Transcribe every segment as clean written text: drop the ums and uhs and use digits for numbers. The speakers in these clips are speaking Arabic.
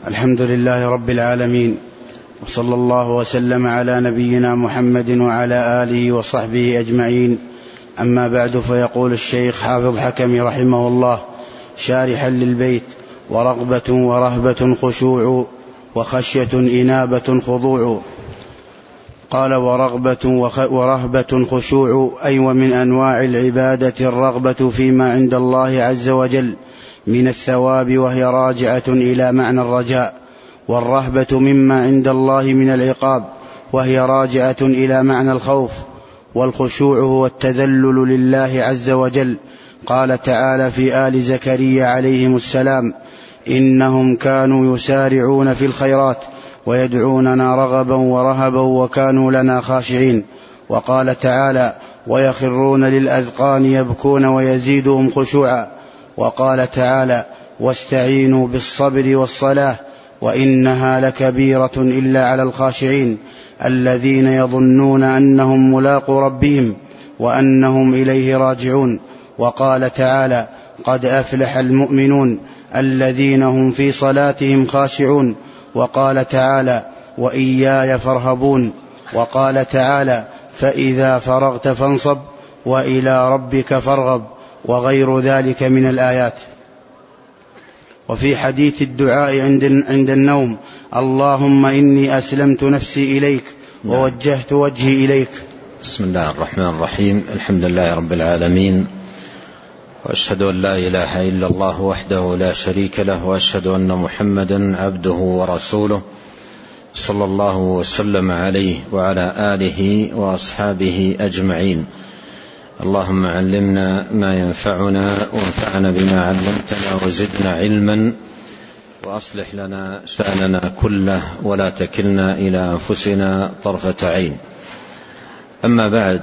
الحمد لله رب العالمين، وصلى الله وسلم على نبينا محمد وعلى آله وصحبه أجمعين. أما بعد، فيقول الشيخ حافظ حكمي رحمه الله شارحا للبيت: ورغبة ورهبة خشوع، وخشية إنابة خضوع. قال: ورهبة خشوع، أي ومن أنواع العبادة الرغبة فيما عند الله عز وجل من الثواب، وهي راجعة إلى معنى الرجاء. والرهبة مما عند الله من العقاب، وهي راجعة إلى معنى الخوف. والخشوع هو التذلل لله عز وجل. قال تعالى في آل زكريا عليهم السلام: إنهم كانوا يسارعون في الخيرات ويدعوننا رغبا ورهبا وكانوا لنا خاشعين. وقال تعالى: ويخرون للأذقان يبكون ويزيدهم خشوعا. وقال تعالى: واستعينوا بالصبر والصلاة وإنها لكبيرة إلا على الخاشعين الذين يظنون أنهم ملاقو ربهم وأنهم إليه راجعون. وقال تعالى: قد أفلح المؤمنون الذين هم في صلاتهم خاشعون. وقال تعالى: وإياي فارهبون. وقال تعالى: فإذا فرغت فانصب وإلى ربك فارغب، وغير ذلك من الآيات. وفي حديث الدعاء عند النوم: اللهم إني أسلمت نفسي إليك ووجهت وجهي إليك. بسم الله الرحمن الرحيم. الحمد لله رب العالمين، وأشهد أن لا إله إلا الله وحده لا شريك له، وأشهد أن محمدا عبده ورسوله، صلى الله وسلم عليه وعلى آله وأصحابه أجمعين. اللهم علمنا ما ينفعنا، وانفعنا بما علمتنا، وزدنا علما، وأصلح لنا شأننا كله، ولا تكلنا إلى أنفسنا طرفة عين. أما بعد،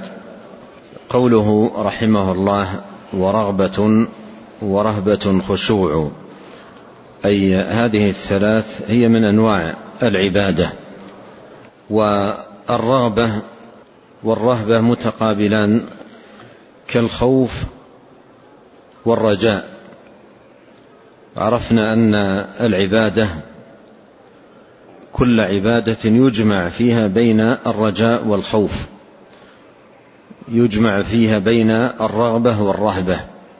قوله رحمه الله: ورغبة ورهبة خشوع، أي هذه الثلاث هي من أنواع العبادة. والرغبة والرهبة متقابلان كالخوف والرجاء. عرفنا أن العبادة كل عبادة يجمع فيها بين الرجاء والخوف، يجمع فيها بين الرغبة والرهبة.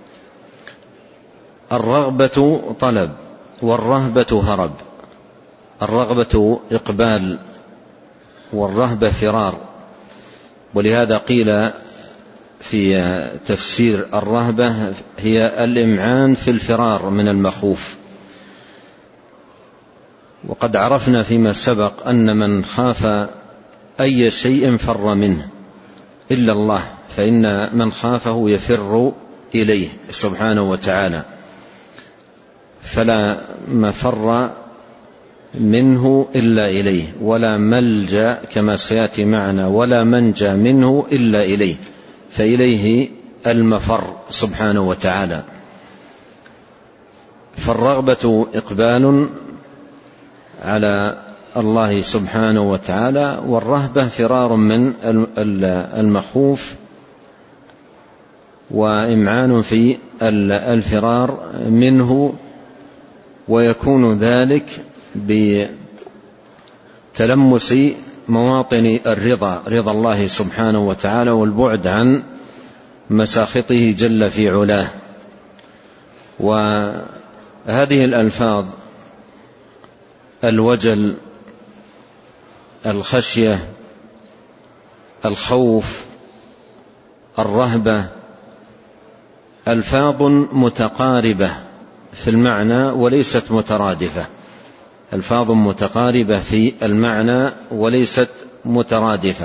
الرغبة طلب، والرهبة هرب. الرغبة إقبال، والرهبة فرار. ولهذا قيل في تفسير الرهبة هي الإمعان في الفرار من المخوف. وقد عرفنا فيما سبق أن من خاف أي شيء فر منه إلا الله، فإن من خافه يفر إليه سبحانه وتعالى، فلا مفر منه إلا إليه، ولا ملجأ كما سيأتي معنا، ولا منجى منه إلا إليه، فإليه المفر سبحانه وتعالى. فالرغبة إقبال على الله سبحانه وتعالى، والرهبة فرار من المخوف وإمعان في الفرار منه. ويكون ذلك بتلمس مواطن الرضا، رضا الله سبحانه وتعالى، والبعد عن مساخطه جل في علاه. وهذه الألفاظ: الوجل، الخشية، الخوف، الرهبة، ألفاظ متقاربة في المعنى وليست مترادفة. ألفاظ متقاربة في المعنى وليست مترادفة.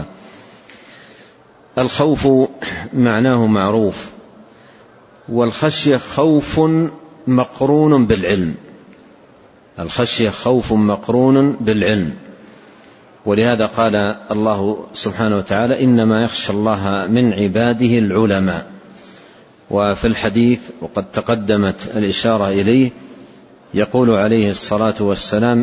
الخوف معناه معروف، والخشية خوف مقرون بالعلم. الخشية خوف مقرون بالعلم. ولهذا قال الله سبحانه وتعالى: إنما يخشى الله من عباده العلماء. وفي الحديث وقد تقدمت الإشارة إليه يقول عليه الصلاة والسلام: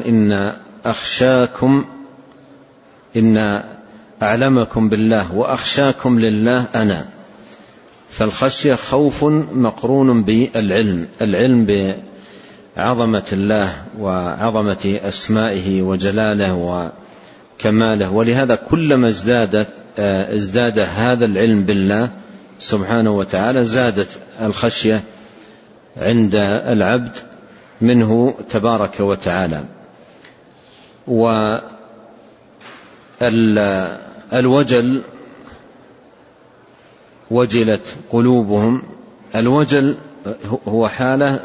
إن أعلمكم بالله وأخشاكم لله أنا. فالخشية خوف مقرون بالعلم، العلم عظمة الله وعظمة أسمائه وجلاله وكماله. ولهذا كلما ازداد هذا العلم بالله سبحانه وتعالى زادت الخشية عند العبد منه تبارك وتعالى. والوجل وجلت قلوبهم. الوجل هو حالة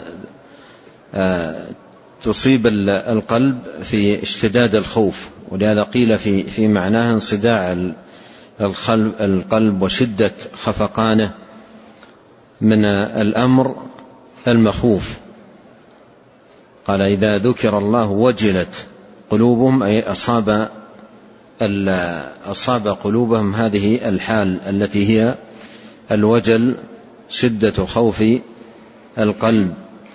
تصيب القلب في اشتداد الخوف، ولهذا قيل في معناها انصداع القلب وشدة خفقانه من الأمر المخوف. قال إذا ذكر الله وجلت قلوبهم، أي أصاب قلوبهم هذه الحال التي هي الوجل، شدة خوف القلب.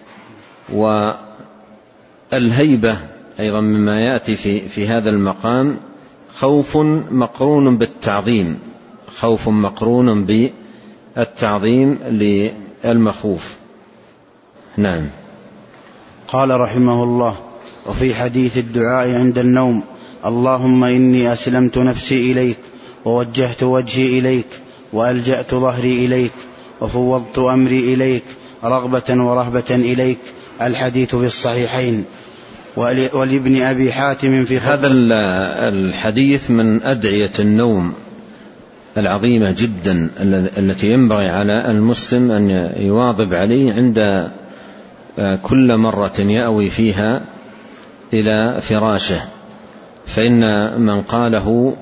والهيبة أيضا مما يأتي في هذا المقام خوف مقرون بالتعظيم، خوف مقرون بالتعظيم للمخوف. نعم. قال رحمه الله: وفي حديث الدعاء عند النوم: اللهم إني أسلمت نفسي إليك، ووجهت وجهي إليك، وألجأت ظهري إليك، وفوضت أمري إليك، رغبة ورهبة إليك. الحديث في الصحيحين. ولابن أبي حاتم في هذا الحديث من أدعية النوم العظيمة جدا التي ينبغي على المسلم أن يواظب عليه عند كل مرة يأوي فيها إلى فراشه. فإن من قاله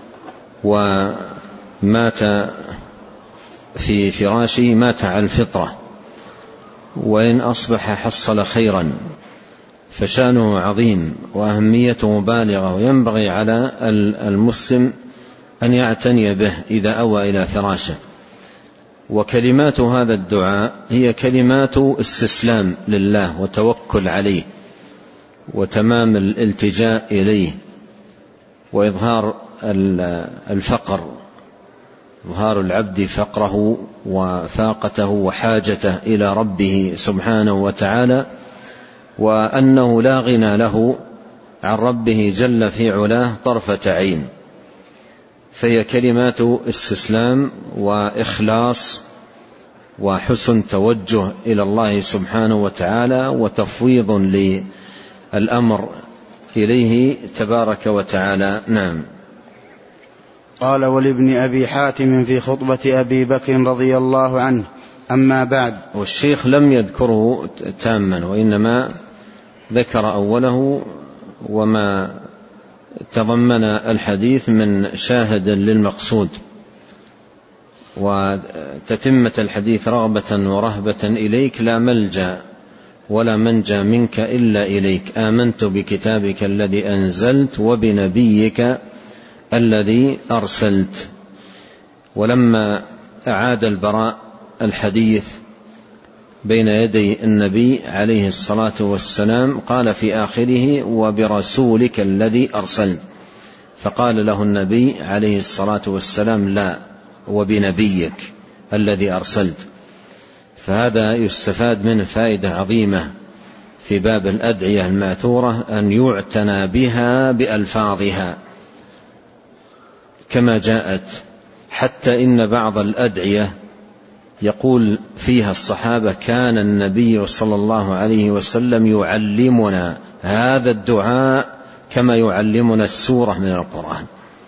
ومات في فراشه مات على الفطرة، وإن أصبح حصل خيرا، فشانه عظيم وأهميته بالغة، وينبغي على المسلم أن يعتني به إذا أوى إلى فراشه. وكلمات هذا الدعاء هي كلمات استسلام لله وتوكل عليه وتمام الالتجاء إليه، وإظهار الفقر، إظهار العبد فقره وفاقته وحاجته إلى ربه سبحانه وتعالى، وأنه لا غنى له عن ربه جل في علاه طرفة عين. فهي كلمات استسلام وإخلاص وحسن توجه إلى الله سبحانه وتعالى، وتفويض للأمر إليه تبارك وتعالى. نعم. قال: ولابن أبي حاتم في خطبة أبي بكر رضي الله عنه: أما بعد. والشيخ لم يذكره تاما، وإنما ذكر أوله وما تضمن الحديث من شاهد للمقصود. وتتمة الحديث: رغبة ورهبة إليك، لا ملجأ ولا منجى منك إلا إليك، آمنت بكتابك الذي أنزلت وبنبيك الذي أرسلت. ولما أعاد البراء الحديث بين يدي النبي عليه الصلاة والسلام قال في آخره: وبرسولك الذي أرسلت. فقال له النبي عليه الصلاة والسلام: لا، وبنبيك الذي أرسلت. فهذا يستفاد منه فائدة عظيمة في باب الأدعية الماثورة، أن يعتنى بها بألفاظها كما جاءت. حتى إن بعض الأدعية يقول فيها الصحابة: كان النبي صلى الله عليه وسلم يعلمنا هذا الدعاء كما يعلمنا السورة من القرآن.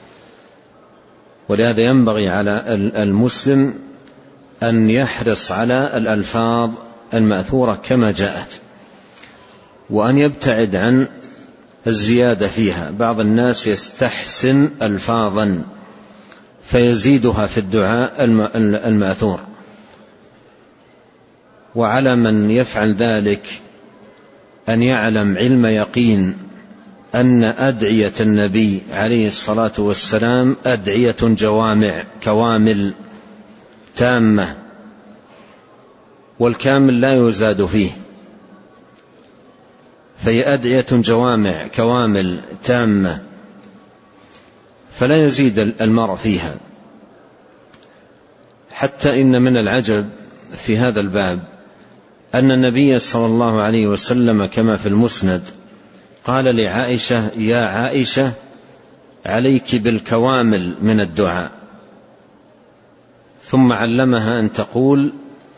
ولهذا ينبغي على المسلم أن يحرص على الألفاظ المأثورة كما جاءت، وأن يبتعد عن الزيادة فيها. بعض الناس يستحسن ألفاظا فيزيدها في الدعاء المأثور، وعلى من يفعل ذلك أن يعلم علم يقين أن أدعية النبي عليه الصلاة والسلام أدعية جوامع كوامل تامة، والكامل لا يزاد فيه، فهي أدعية جوامع كوامل تامة فلا يزيد المرء فيها. حتى إن من العجب في هذا الباب أن النبي صلى الله عليه وسلم كما في المسند قال لعائشة: يا عائشة عليك بالكوامل من الدعاء، ثم علمها أن تقول: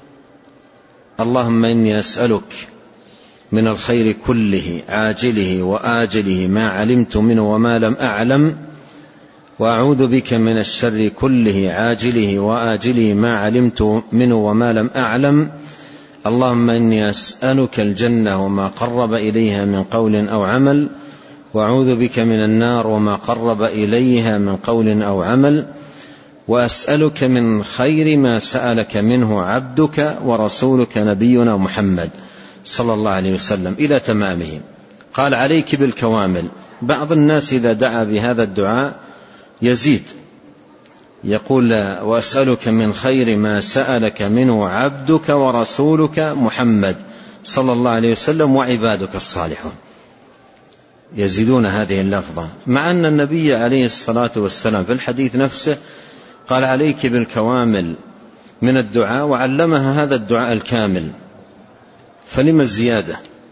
اللهم إني أسألك من الخير كله عاجله وآجله ما علمت منه وما لم أعلم، وأعوذ بك من الشر كله عاجله وآجله ما علمت منه وما لم أعلم، اللهم إني أسألك الجنة وما قرب إليها من قول أو عمل، وأعوذ بك من النار وما قرب إليها من قول أو عمل، وأسألك من خير ما سألك منه عبدك ورسولك نبينا محمد صلى الله عليه وسلم إلى تمامه. قال: عليك بالكوامل. بعض الناس إذا دعا بهذا الدعاء يزيد، يقول: وأسألك من خير ما سألك منه عبدك ورسولك محمد صلى الله عليه وسلم وعبادك الصالحون. يزيدون هذه اللفظة، مع أن النبي عليه الصلاة والسلام في الحديث نفسه قال: عليك بالكوامل من الدعاء، وعلمها هذا الدعاء الكامل. فلما الزيادة؟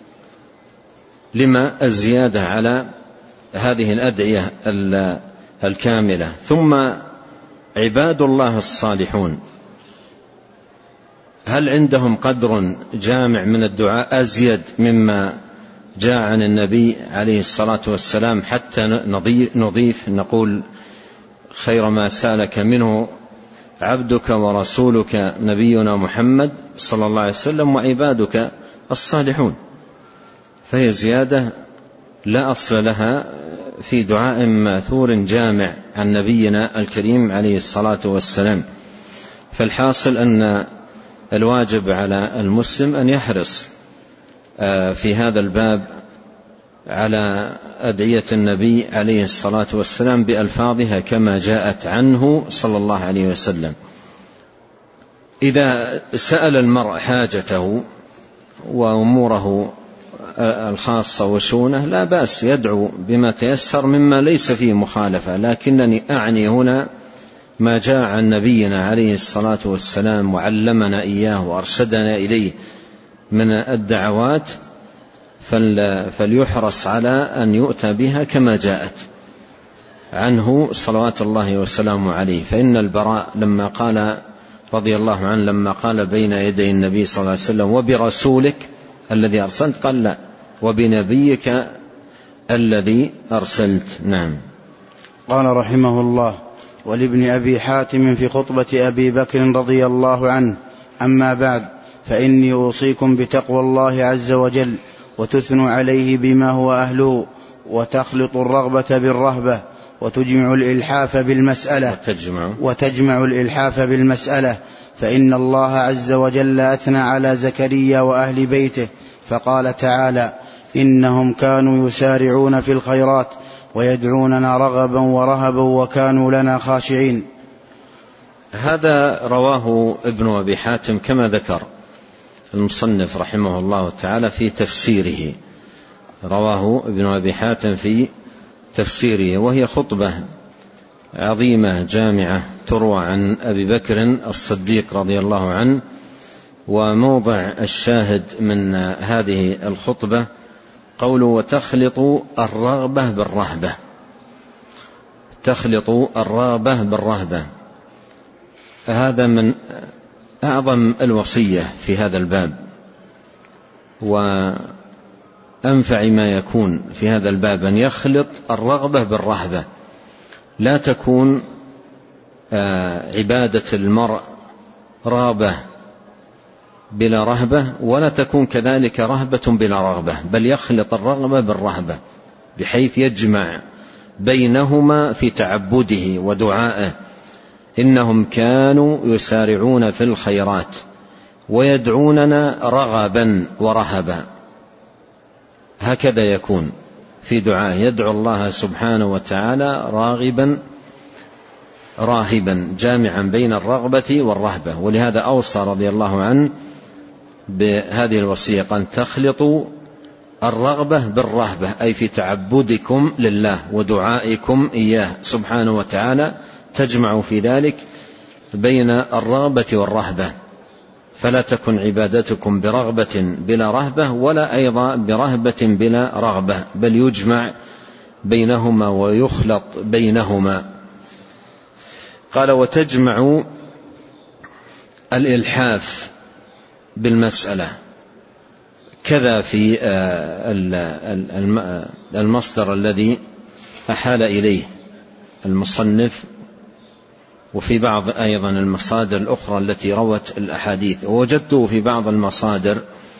لما الزيادة على هذه الأدعية الكاملة؟ ثم عباد الله الصالحون هل عندهم قدر جامع من الدعاء أزيد مما جاء عن النبي عليه الصلاة والسلام، حتى نضيف نقول: خير ما سألك منه عبدك ورسولك نبينا محمد صلى الله عليه وسلم وعبادك الصالحون؟ فهي زيادة لا أصل لها في دعاء ماثور جامع عن نبينا الكريم عليه الصلاة والسلام. فالحاصل أن الواجب على المسلم أن يحرص في هذا الباب على أدعية النبي عليه الصلاة والسلام بألفاظها كما جاءت عنه صلى الله عليه وسلم. إذا سأل المرء حاجته وأموره الخاصة وشونه لا بأس، يدعو بما تيسر مما ليس فيه مخالفة، لكنني أعني هنا ما جاء عن نبينا عليه الصلاة والسلام وعلمنا إياه وأرشدنا إليه من الدعوات، فليحرص على أن يؤتى بها كما جاءت عنه صلوات الله وسلامه عليه. فإن البراء لما قال رضي الله عنه لما قال بين يدي النبي صلى الله عليه وسلم: وبرسولك الذي أرسلت، قال: لا، وبنبيك الذي أرسلت. نعم. قال رحمه الله: ولابن أبي حاتم في خطبة أبي بكر رضي الله عنه: أما بعد، فإني أوصيكم بتقوى الله عز وجل، وتثنوا عليه بما هو أهله، وتخلط الرغبة بالرهبة، وتجمع الإلحاف بالمسألة، فإن الله عز وجل أثنى على زكريا وأهل بيته فقال تعالى: إنهم كانوا يسارعون في الخيرات ويدعوننا رغبا ورهبا وكانوا لنا خاشعين. هذا رواه ابن أبي حاتم كما ذكر المصنف رحمه الله تعالى في تفسيره، رواه ابن أبي حاتم في تفسيره، وهي خطبة عظيمة جامعة تروى عن أبي بكر الصديق رضي الله عنه. وموضع الشاهد من هذه الخطبة قوله: وتخلط الرغبة بالرهبة. تخلط الرغبة بالرهبة، فهذا من أعظم الوصية في هذا الباب، وأنفع ما يكون في هذا الباب أن يخلط الرغبة بالرهبة. لا تكون عبادة المرء رغبة بلا رهبة، ولا تكون كذلك رهبة بلا رغبة، بل يخلط الرغبة بالرهبة بحيث يجمع بينهما في تعبده ودعائه. إنهم كانوا يسارعون في الخيرات ويدعوننا رغبا ورهبا. هكذا يكون في دعائه، يدعو الله سبحانه وتعالى راغبا راهبا، جامعا بين الرغبة والرهبة. ولهذا أوصى رضي الله عنه بهذه الوصية، قال: تخلطوا الرغبة بالرهبة، أي في تعبدكم لله ودعائكم إياه سبحانه وتعالى، تجمع في ذلك بين الرغبة والرهبة. فلا تكن عبادتكم برغبة بلا رهبة ولا أيضا برهبة بلا رغبة، بل يجمع بينهما ويخلط بينهما. قال: وتجمع الإلحاف بالمسألة كذا في المصدر الذي أحال إليه المصنف، وفي بعض أيضا المصادر الأخرى التي روت الأحاديث. ووجدته في بعض المصادر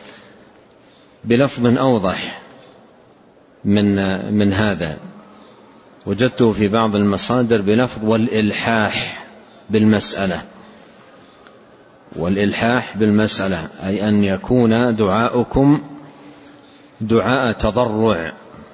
بلفظ أوضح من هذا، وجدته في بعض المصادر بلفظ والإلحاح بالمسألة. والإلحاح بالمسألة أي أن يكون دعاؤكم دعاء تضرع،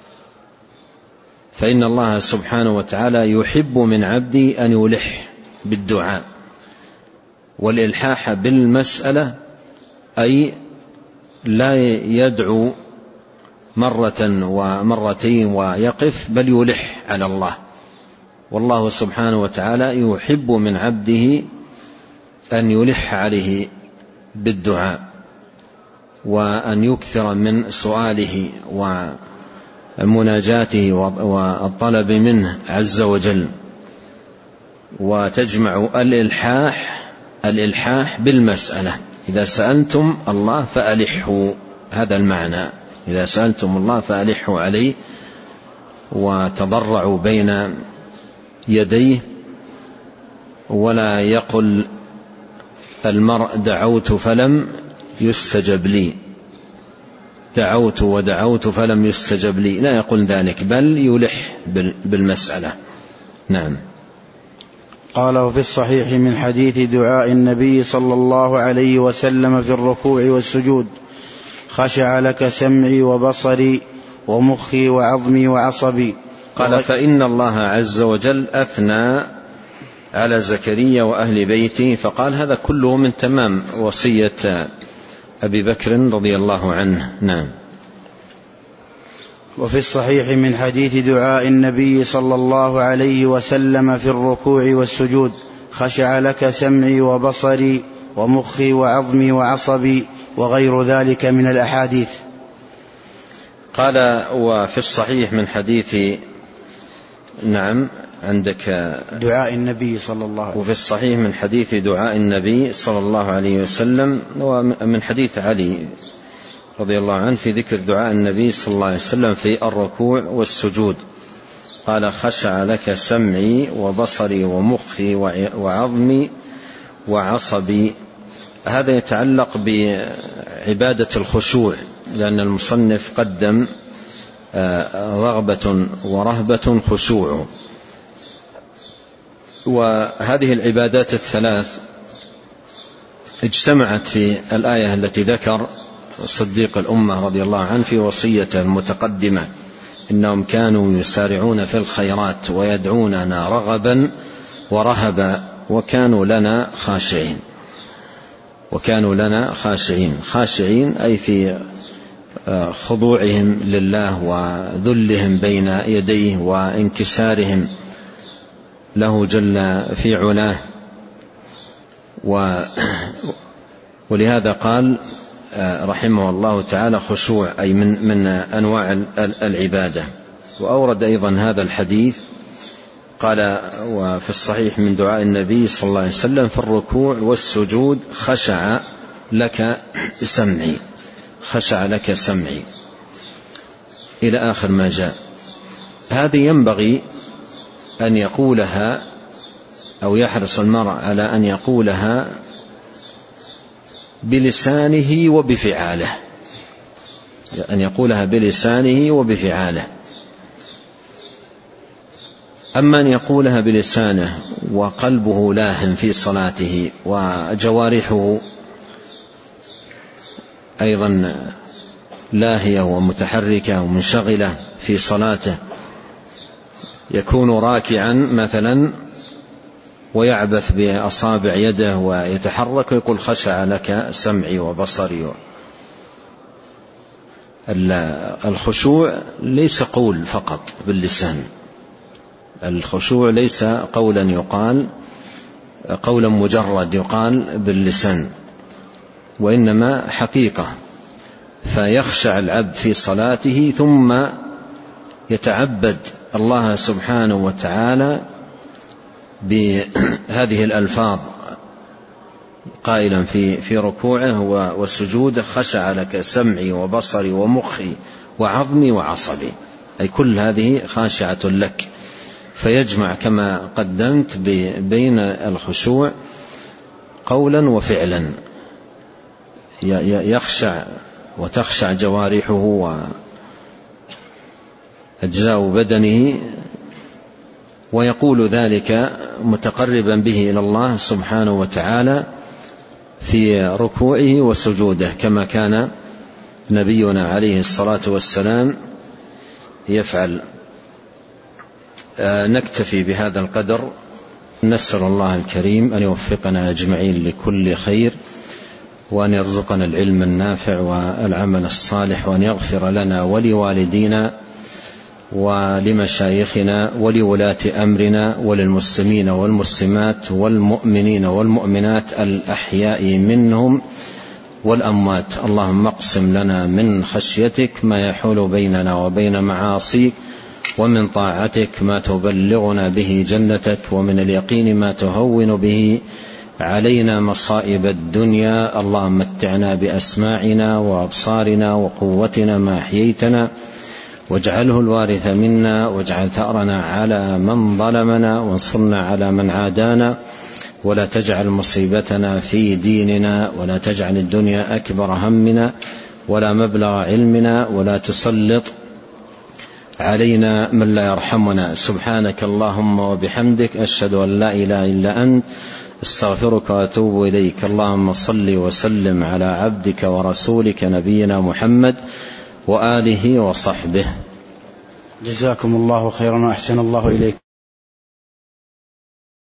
فإن الله سبحانه وتعالى يحب من عبده أن يلح بالدعاء. والإلحاح بالمسألة أي لا يدعو مرة ومرتين ويقف، بل يلح على الله. والله سبحانه وتعالى يحب من عبده أن يلح عليه بالدعاء، وأن يكثر من سؤاله ومناجاته والطلب منه عز وجل. وتجمع الإلحاح بالمسألة. إذا سألتم الله فألحوا، هذا المعنى. إذا سألتم الله فألحوا عليه وتضرعوا بين يديه، ولا يقل المرء دعوت فلم يستجب لي، دعوت ودعوت فلم يستجب لي، لا يقول ذلك، بل يلح بالمسألة. نعم. قال: وفي الصحيح من حديث دعاء النبي صلى الله عليه وسلم في الركوع والسجود: خشع لك سمعي وبصري ومخي وعظمي وعصبي. قال: فإن الله عز وجل أثنى على زكريا وأهل بيته، فقال هذا كله من تمام وصية أبي بكر رضي الله عنه. نعم. وفي الصحيح من حديث دعاء النبي صلى الله عليه وسلم في الركوع والسجود: خشع لك سمعي وبصري ومخي وعظمي وعصبي، وغير ذلك من الأحاديث. قال: وفي الصحيح من حديث، نعم عندك دعاء النبي صلى الله عليه وسلم، وفي الصحيح من حديث دعاء النبي صلى الله عليه وسلم، ومن حديث علي رضي الله عنه في ذكر دعاء النبي صلى الله عليه وسلم في الركوع والسجود. قال: خشع لك سمعي وبصري ومخي وعظمي وعصبي. هذا يتعلق بعبادة الخشوع، لأن المصنف قدم رغبة ورهبة خشوع. وهذه العبادات الثلاث اجتمعت في الآية التي ذكر صديق الأمة رضي الله عنه في وصيته المتقدمة: إنهم كانوا يسارعون في الخيرات ويدعوننا رغبا ورهبا وكانوا لنا خاشعين. وكانوا لنا خاشعين أي في خضوعهم لله وذلهم بين يديه وانكسارهم له جل في علاه. ولهذا قال رحمه الله تعالى خشوع أي من أنواع العبادة. وأورد أيضا هذا الحديث قال: وفي الصحيح من دعاء النبي صلى الله عليه وسلم في الركوع والسجود: خشع لك سمعي، خشع لك سمعي، إلى آخر ما جاء. هذه ينبغي أن يقولها أو يحرص المرء على أن يقولها بلسانه وبفعاله، أن يقولها بلسانه وبفعاله. أما أن يقولها بلسانه وقلبه لاهٍ في صلاته وجوارحه أيضا لاهية ومتحركة ومنشغلة في صلاته، يكون راكعا مثلا ويعبث بأصابع يده ويتحرك ويقول: خشع لك سمعي وبصري. الخشوع ليس قول فقط باللسان، الخشوع ليس قولا يقال، قولا مجرد يقال باللسان، وإنما حقيقة. فيخشع العبد في صلاته ثم يتعبد الله سبحانه وتعالى بهذه الألفاظ قائلا في ركوعه وسجوده: خشع لك سمعي وبصري ومخي وعظمي وعصبي، أي كل هذه خاشعة لك. فيجمع كما قدمت بين الخشوع قولا وفعلا، يخشع وتخشع جوارحه وأجزاء بدنه، ويقول ذلك متقربا به إلى الله سبحانه وتعالى في ركوعه وسجوده كما كان نبينا عليه الصلاة والسلام يفعل. نكتفي بهذا القدر، نسأل الله الكريم أن يوفقنا أجمعين لكل خير، وأن يرزقنا العلم النافع والعمل الصالح، وأن يغفر لنا ولوالدينا ولمشايخنا ولولاة أمرنا وللمسلمين والمسلمات والمؤمنين والمؤمنات الأحياء منهم والأموات. اللهم اقسم لنا من خشيتك ما يحول بيننا وبين معاصيك، ومن طاعتك ما تبلغنا به جنتك، ومن اليقين ما تهون به علينا مصائب الدنيا. اللهم متعنا بأسماعنا وأبصارنا وقوتنا ما أحييتنا، واجعله الوارث منا، واجعل ثأرنا على من ظلمنا، وانصرنا على من عادانا، ولا تجعل مصيبتنا في ديننا، ولا تجعل الدنيا أكبر همنا ولا مبلغ علمنا، ولا تسلط علينا من لا يرحمنا. سبحانك اللهم وبحمدك، أشهد أن لا إله إلا أنت، استغفرك وأتوب إليك. اللهم صل وسلم على عبدك ورسولك نبينا محمد وآله وصحبه. جزاكم الله خيرا وأحسن الله إليكم.